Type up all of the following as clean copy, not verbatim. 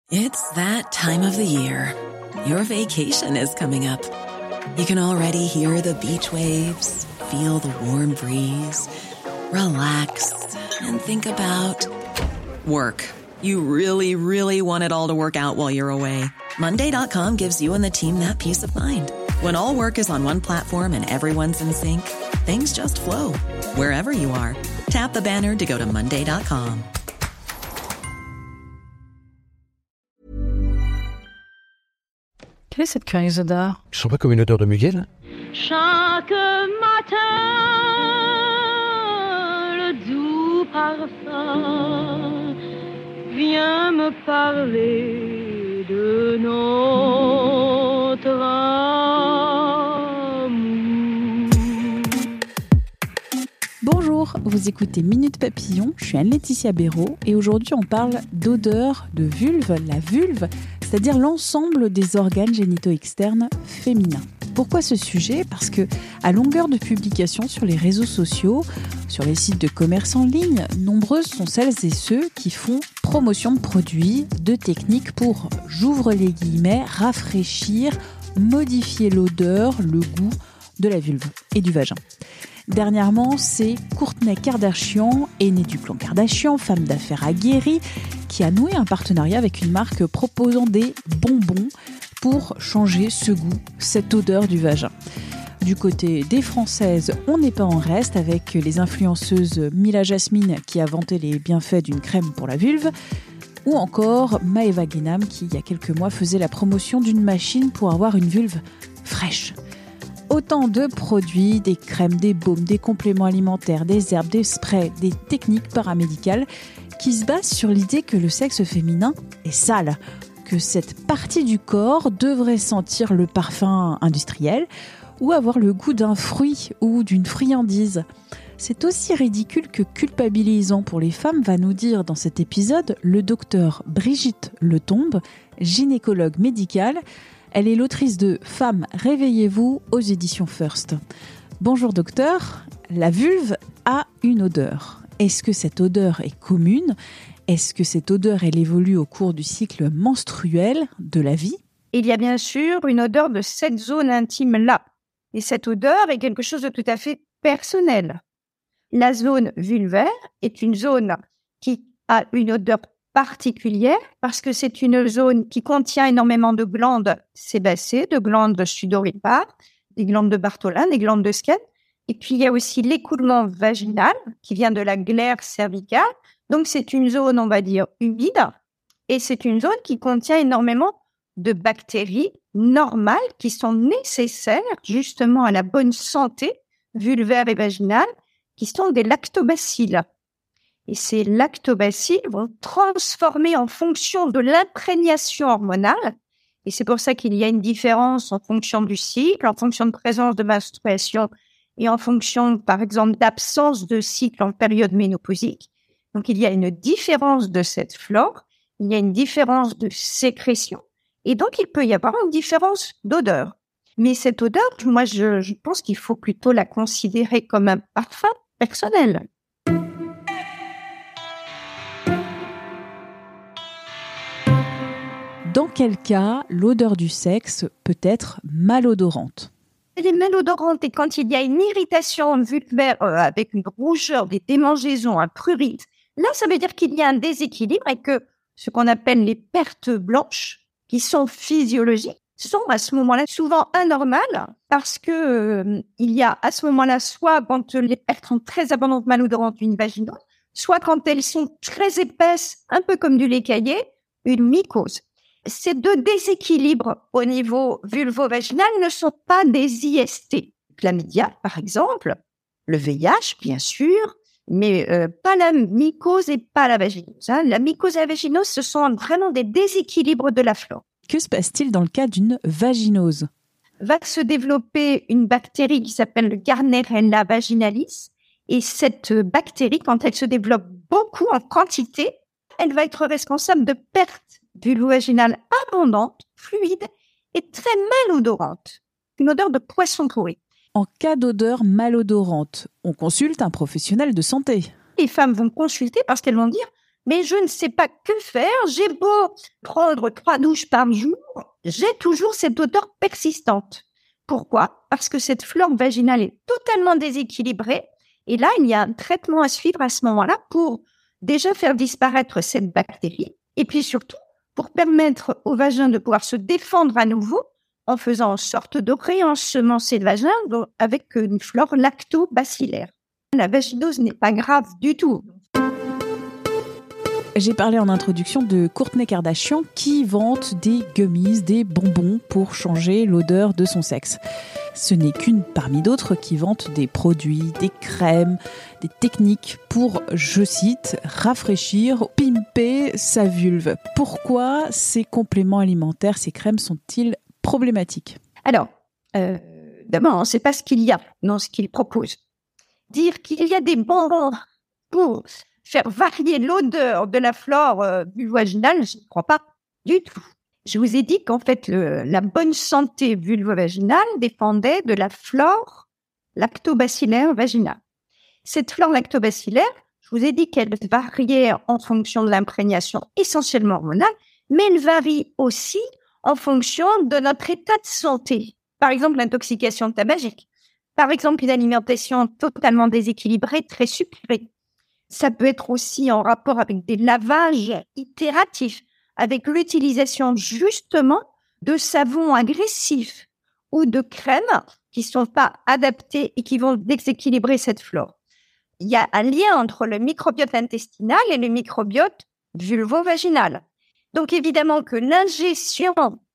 It's that time of the year. Your vacation is coming up. You can already hear the beach waves, feel the warm breeze, relax, and think about work. You really, really want it all to work out while you're away. Monday.com gives you and the team that peace of mind. When all work is on one platform and everyone's in sync, things just flow. Wherever you are, tap the banner to go to Monday.com. Quelle est cette curieuse odeur ? Je sens pas comme une odeur de muguet, là. Chaque matin, le doux parfum vient me parler de notre amour. Bonjour, vous écoutez Minute Papillon, je suis Anne-Laetitia Béraud et aujourd'hui on parle d'odeur de vulve, la vulve, c'est-à-dire l'ensemble des organes génitaux externes féminins. Pourquoi ce sujet ? Parce que, à longueur de publications sur les réseaux sociaux, sur les sites de commerce en ligne, nombreuses sont celles et ceux qui font promotion de produits, de techniques pour, j'ouvre les guillemets, rafraîchir, modifier l'odeur, le goût de la vulve et du vagin. Dernièrement, c'est Kourtney Kardashian, aînée du clan Kardashian, femme d'affaires aguerrie, qui a noué un partenariat avec une marque proposant des bonbons pour changer ce goût, cette odeur du vagin. Du côté des Françaises, on n'est pas en reste avec les influenceuses Mila Jasmine qui a vanté les bienfaits d'une crème pour la vulve, ou encore Maeva Guénam qui, il y a quelques mois, faisait la promotion d'une machine pour avoir une vulve fraîche. Autant de produits, des crèmes, des baumes, des compléments alimentaires, des herbes, des sprays, des techniques paramédicales qui se basent sur l'idée que le sexe féminin est sale, que cette partie du corps devrait sentir le parfum industriel ou avoir le goût d'un fruit ou d'une friandise. C'est aussi ridicule que culpabilisant pour les femmes, va nous dire dans cet épisode le docteur Brigitte Letombe, gynécologue médicale. Elle est l'autrice de « Femmes, réveillez-vous » aux éditions First. Bonjour docteur, la vulve a une odeur. Est-ce que cette odeur est commune ? Est-ce que cette odeur, elle évolue au cours du cycle menstruel de la vie ? Il y a bien sûr une odeur de cette zone intime-là. Et cette odeur est quelque chose de tout à fait personnel. La zone vulvaire est une zone qui a une odeur particulière parce que c'est une zone qui contient énormément de glandes sébacées, de glandes sudoripares, des glandes de Bartholin, des glandes de Skene. Et puis, il y a aussi l'écoulement vaginal qui vient de la glaire cervicale. Donc, c'est une zone, on va dire, humide. Et c'est une zone qui contient énormément de bactéries normales qui sont nécessaires justement à la bonne santé vulvaire et vaginale, qui sont des lactobacilles. Et ces lactobacilles vont transformer en fonction de l'imprégnation hormonale. Et c'est pour ça qu'il y a une différence en fonction du cycle, en fonction de présence de menstruation et en fonction, par exemple, d'absence de cycle en période ménopausique. Donc, il y a une différence de cette flore, il y a une différence de sécrétion. Et donc, il peut y avoir une différence d'odeur. Mais cette odeur, moi, je pense qu'il faut plutôt la considérer comme un parfum personnel. Dans quel cas l'odeur du sexe peut être malodorante ? Elle est malodorante et quand il y a une irritation vulvaire avec une rougeur, des démangeaisons, un prurite, là, ça veut dire qu'il y a un déséquilibre et que ce qu'on appelle les pertes blanches, qui sont physiologiques, sont à ce moment-là souvent anormales parce que il y a à ce moment-là soit quand les pertes sont très abondantes malodorantes, une vaginose, soit quand elles sont très épaisses, un peu comme du lait caillé, une mycose. Ces deux déséquilibres au niveau vulvo-vaginal ne sont pas des IST. Chlamydia, par exemple, le VIH, bien sûr, mais pas la mycose et pas la vaginose. La mycose et la vaginose, ce sont vraiment des déséquilibres de la flore. Que se passe-t-il dans le cas d'une vaginose ? Va se développer une bactérie qui s'appelle le Gardnerella vaginalis. Et cette bactérie, quand elle se développe beaucoup en quantité, elle va être responsable de pertes vulvo-vaginales abondantes, fluides et très malodorantes. Une odeur de poisson pourri. En cas d'odeur malodorante, on consulte un professionnel de santé. Les femmes vont consulter parce qu'elles vont dire mais je ne sais pas que faire. J'ai beau prendre 3 douches par jour, j'ai toujours cette odeur persistante. Pourquoi? Parce que cette flore vaginale est totalement déséquilibrée. Et là, il y a un traitement à suivre à ce moment-là pour déjà faire disparaître cette bactérie. Et puis surtout, pour permettre au vagin de pouvoir se défendre à nouveau en faisant en sorte de réensemencer le vagin avec une flore lactobacilliaire. La vaginose n'est pas grave du tout. J'ai parlé en introduction de Kourtney Kardashian qui vante des gummies, des bonbons pour changer l'odeur de son sexe. Ce n'est qu'une parmi d'autres qui vante des produits, des crèmes, des techniques pour, je cite, rafraîchir, pimper sa vulve. Pourquoi ces compléments alimentaires, ces crèmes sont-ils problématiques? Alors, d'abord, on ne sait pas ce qu'il y a dans ce qu'ils proposent. Dire qu'il y a des bonbons pour faire varier l'odeur de la flore vulvovaginale, je ne crois pas du tout. Je vous ai dit qu'en fait, la bonne santé vulvovaginale dépendait de la flore lactobacilliaire vaginale. Cette flore lactobacilliaire, je vous ai dit qu'elle variait en fonction de l'imprégnation essentiellement hormonale, mais elle varie aussi en fonction de notre état de santé. Par exemple, l'intoxication tabagique. Par exemple, une alimentation totalement déséquilibrée, très sucrée. Ça peut être aussi en rapport avec des lavages itératifs, avec l'utilisation justement de savons agressifs ou de crèmes qui ne sont pas adaptées et qui vont déséquilibrer cette flore. Il y a un lien entre le microbiote intestinal et le microbiote vulvovaginal. Donc évidemment que l'ingestion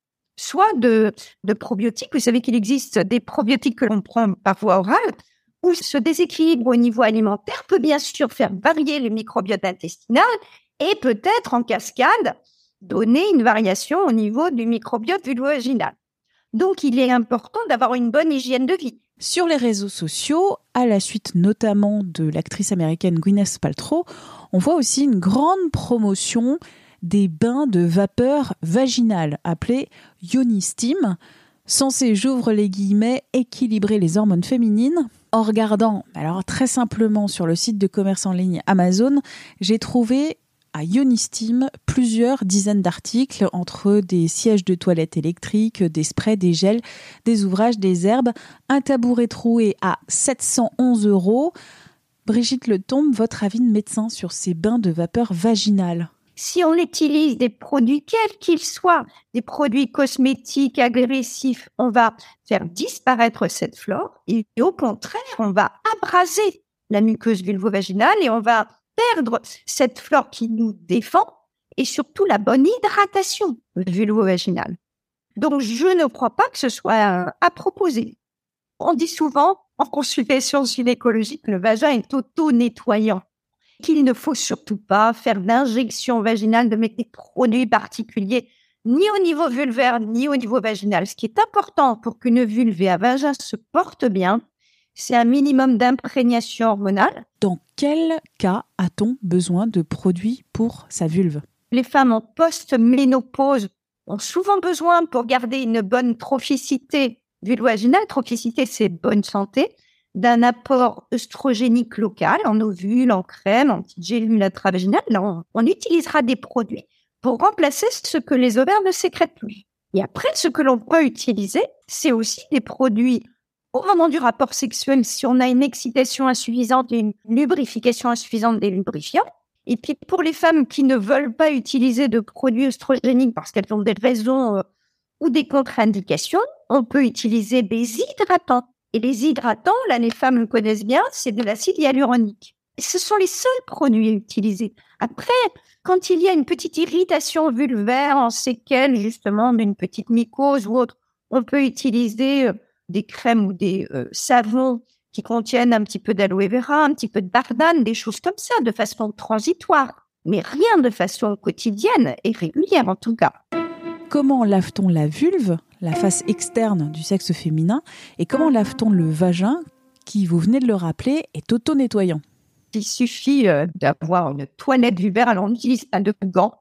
soit de probiotiques, vous savez qu'il existe des probiotiques que l'on prend par voie orale, où ce déséquilibre au niveau alimentaire peut bien sûr faire varier le microbiote intestinal et peut-être en cascade donner une variation au niveau du microbiote vulvovaginal. Donc il est important d'avoir une bonne hygiène de vie. Sur les réseaux sociaux, à la suite notamment de l'actrice américaine Gwyneth Paltrow, on voit aussi une grande promotion des bains de vapeur vaginale appelés Yoni Steam, censés, j'ouvre les guillemets, équilibrer les hormones féminines. En regardant, alors très simplement sur le site de commerce en ligne Amazon, j'ai trouvé à Yoni Steam plusieurs dizaines d'articles entre des sièges de toilettes électriques, des sprays, des gels, des ouvrages, des herbes, un tabouret troué à 711 €. Brigitte Letombe, votre avis de médecin sur ces bains de vapeur vaginale? Si on utilise des produits, quels qu'ils soient, des produits cosmétiques agressifs, on va faire disparaître cette flore et au contraire, on va abraser la muqueuse vulvovaginale et on va perdre cette flore qui nous défend et surtout la bonne hydratation vulvovaginale. Donc, je ne crois pas que ce soit à proposer. On dit souvent, en consultation gynécologique, que le vagin est auto-nettoyant, qu'il ne faut surtout pas faire d'injection vaginale de des produits particuliers, ni au niveau vulvaire, ni au niveau vaginal. Ce qui est important pour qu'une vulve et un vagin se portent bien, c'est un minimum d'imprégnation hormonale. Dans quel cas a-t-on besoin de produits pour sa vulve? Les femmes en post-ménopause ont souvent besoin, pour garder une bonne trophicité vulvovaginale, trophicité c'est bonne santé, d'un apport œstrogénique local, en ovules, en crème, en petites gélules intravaginales. Là, on utilisera des produits pour remplacer ce que les ovaires ne sécrètent plus. Et après, ce que l'on peut utiliser, c'est aussi des produits au moment du rapport sexuel, si on a une excitation insuffisante et une lubrification insuffisante des lubrifiants. Et puis, pour les femmes qui ne veulent pas utiliser de produits œstrogéniques parce qu'elles ont des raisons ou des contre-indications, on peut utiliser des hydratants. Et les hydratants, là, les femmes le connaissent bien, c'est de l'acide hyaluronique. Et ce sont les seuls produits à utiliser. Après, quand il y a une petite irritation vulvaire en séquelles, justement, d'une petite mycose ou autre, on peut utiliser des crèmes ou des savons qui contiennent un petit peu d'aloe vera, un petit peu de bardane, des choses comme ça, de façon transitoire. Mais rien de façon quotidienne et régulière, en tout cas. Comment lave-t-on la vulve, la face externe du sexe féminin, et comment lave-t-on le vagin, qui, vous venez de le rappeler, est auto-nettoyant? Il suffit d'avoir une toilette vulvaire. Alors, on utilise pas de gants,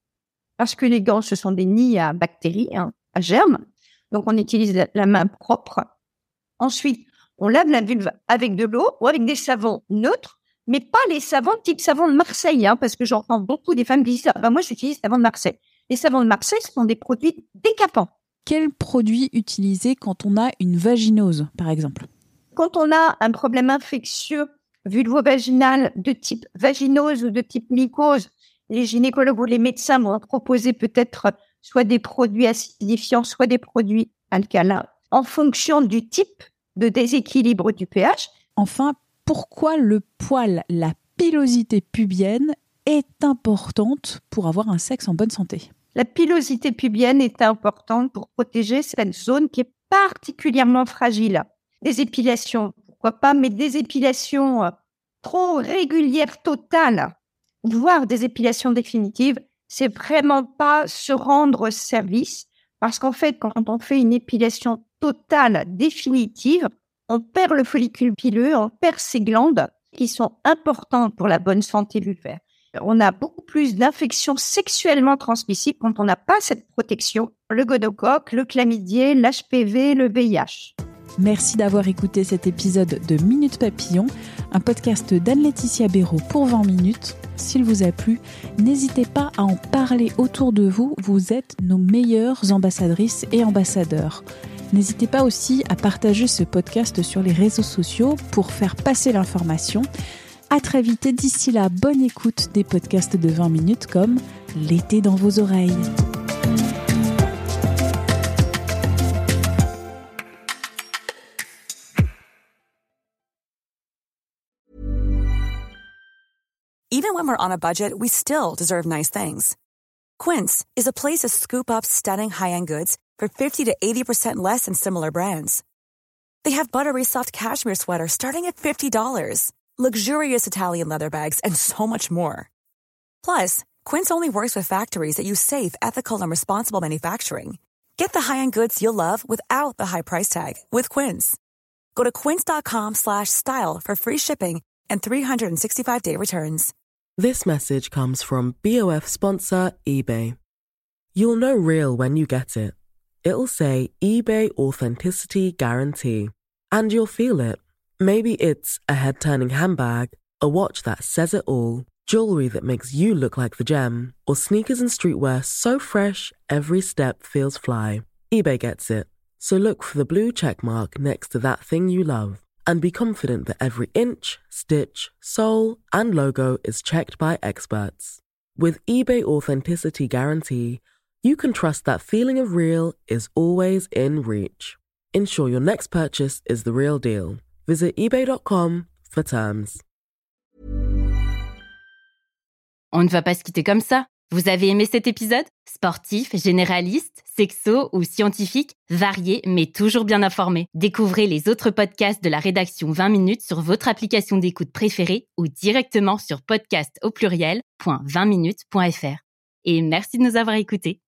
parce que les gants, ce sont des nids à bactéries, à germes. Donc, on utilise la main propre. Ensuite, on lave la vulve avec de l'eau ou avec des savons neutres, mais pas les savons type savon de Marseille, parce que j'entends beaucoup des femmes qui disent moi j'utilise savon de Marseille. Les savons de Marseille sont des produits décapants. Quel produit utiliser quand on a une vaginose, par exemple ? Quand on a un problème infectieux vulvo-vaginal de type vaginose ou de type mycose, les gynécologues ou les médecins vont proposer peut-être soit des produits acidifiants, soit des produits alcalins, en fonction du type de déséquilibre du pH. Enfin, pourquoi le poil, la pilosité pubienne, est importante pour avoir un sexe en bonne santé ? La pilosité pubienne est importante pour protéger cette zone qui est particulièrement fragile. Des épilations, pourquoi pas, mais des épilations trop régulières, totales, voire des épilations définitives, c'est vraiment pas se rendre service, parce qu'en fait, quand on fait une épilation totale, définitive, on perd le follicule pileux, on perd ces glandes qui sont importantes pour la bonne santé vulvaire. On a beaucoup plus d'infections sexuellement transmissibles quand on n'a pas cette protection. Le gonocoque, le chlamydier, l'HPV, le VIH. Merci d'avoir écouté cet épisode de Minute Papillon, un podcast d'Anne-Laetitia Béraud pour 20 minutes. S'il vous a plu, n'hésitez pas à en parler autour de vous. Vous êtes nos meilleures ambassadrices et ambassadeurs. N'hésitez pas aussi à partager ce podcast sur les réseaux sociaux pour faire passer l'information. À très vite et d'ici là, bonne écoute des podcasts de 20 minutes comme L'été dans vos oreilles. Even when we're on a budget, we still deserve nice things. Quince is a place to scoop up stunning high-end goods for 50 to 80% less than similar brands. They have buttery soft cashmere sweaters starting at $50, luxurious Italian leather bags, and so much more. Plus, Quince only works with factories that use safe, ethical, and responsible manufacturing. Get the high-end goods you'll love without the high price tag with Quince. Go to quince.com/style for free shipping and 365-day returns. This message comes from BOF sponsor eBay. You'll know real when you get it. It'll say eBay Authenticity Guarantee. And you'll feel it. Maybe it's a head-turning handbag, a watch that says it all, jewelry that makes you look like the gem, or sneakers and streetwear so fresh every step feels fly. eBay gets it. So look for the blue check mark next to that thing you love. And be confident that every inch, stitch, sole, and logo is checked by experts. With eBay Authenticity Guarantee, you can trust that feeling of real is always in reach. Ensure your next purchase is the real deal. Visit ebay.com for terms. On ne va pas se quitter comme ça. Vous avez aimé cet épisode ? Sportif, généraliste, sexo ou scientifique, varié mais toujours bien informé. Découvrez les autres podcasts de la rédaction 20 minutes sur votre application d'écoute préférée ou directement sur podcast@20minutes.fr. Et merci de nous avoir écoutés.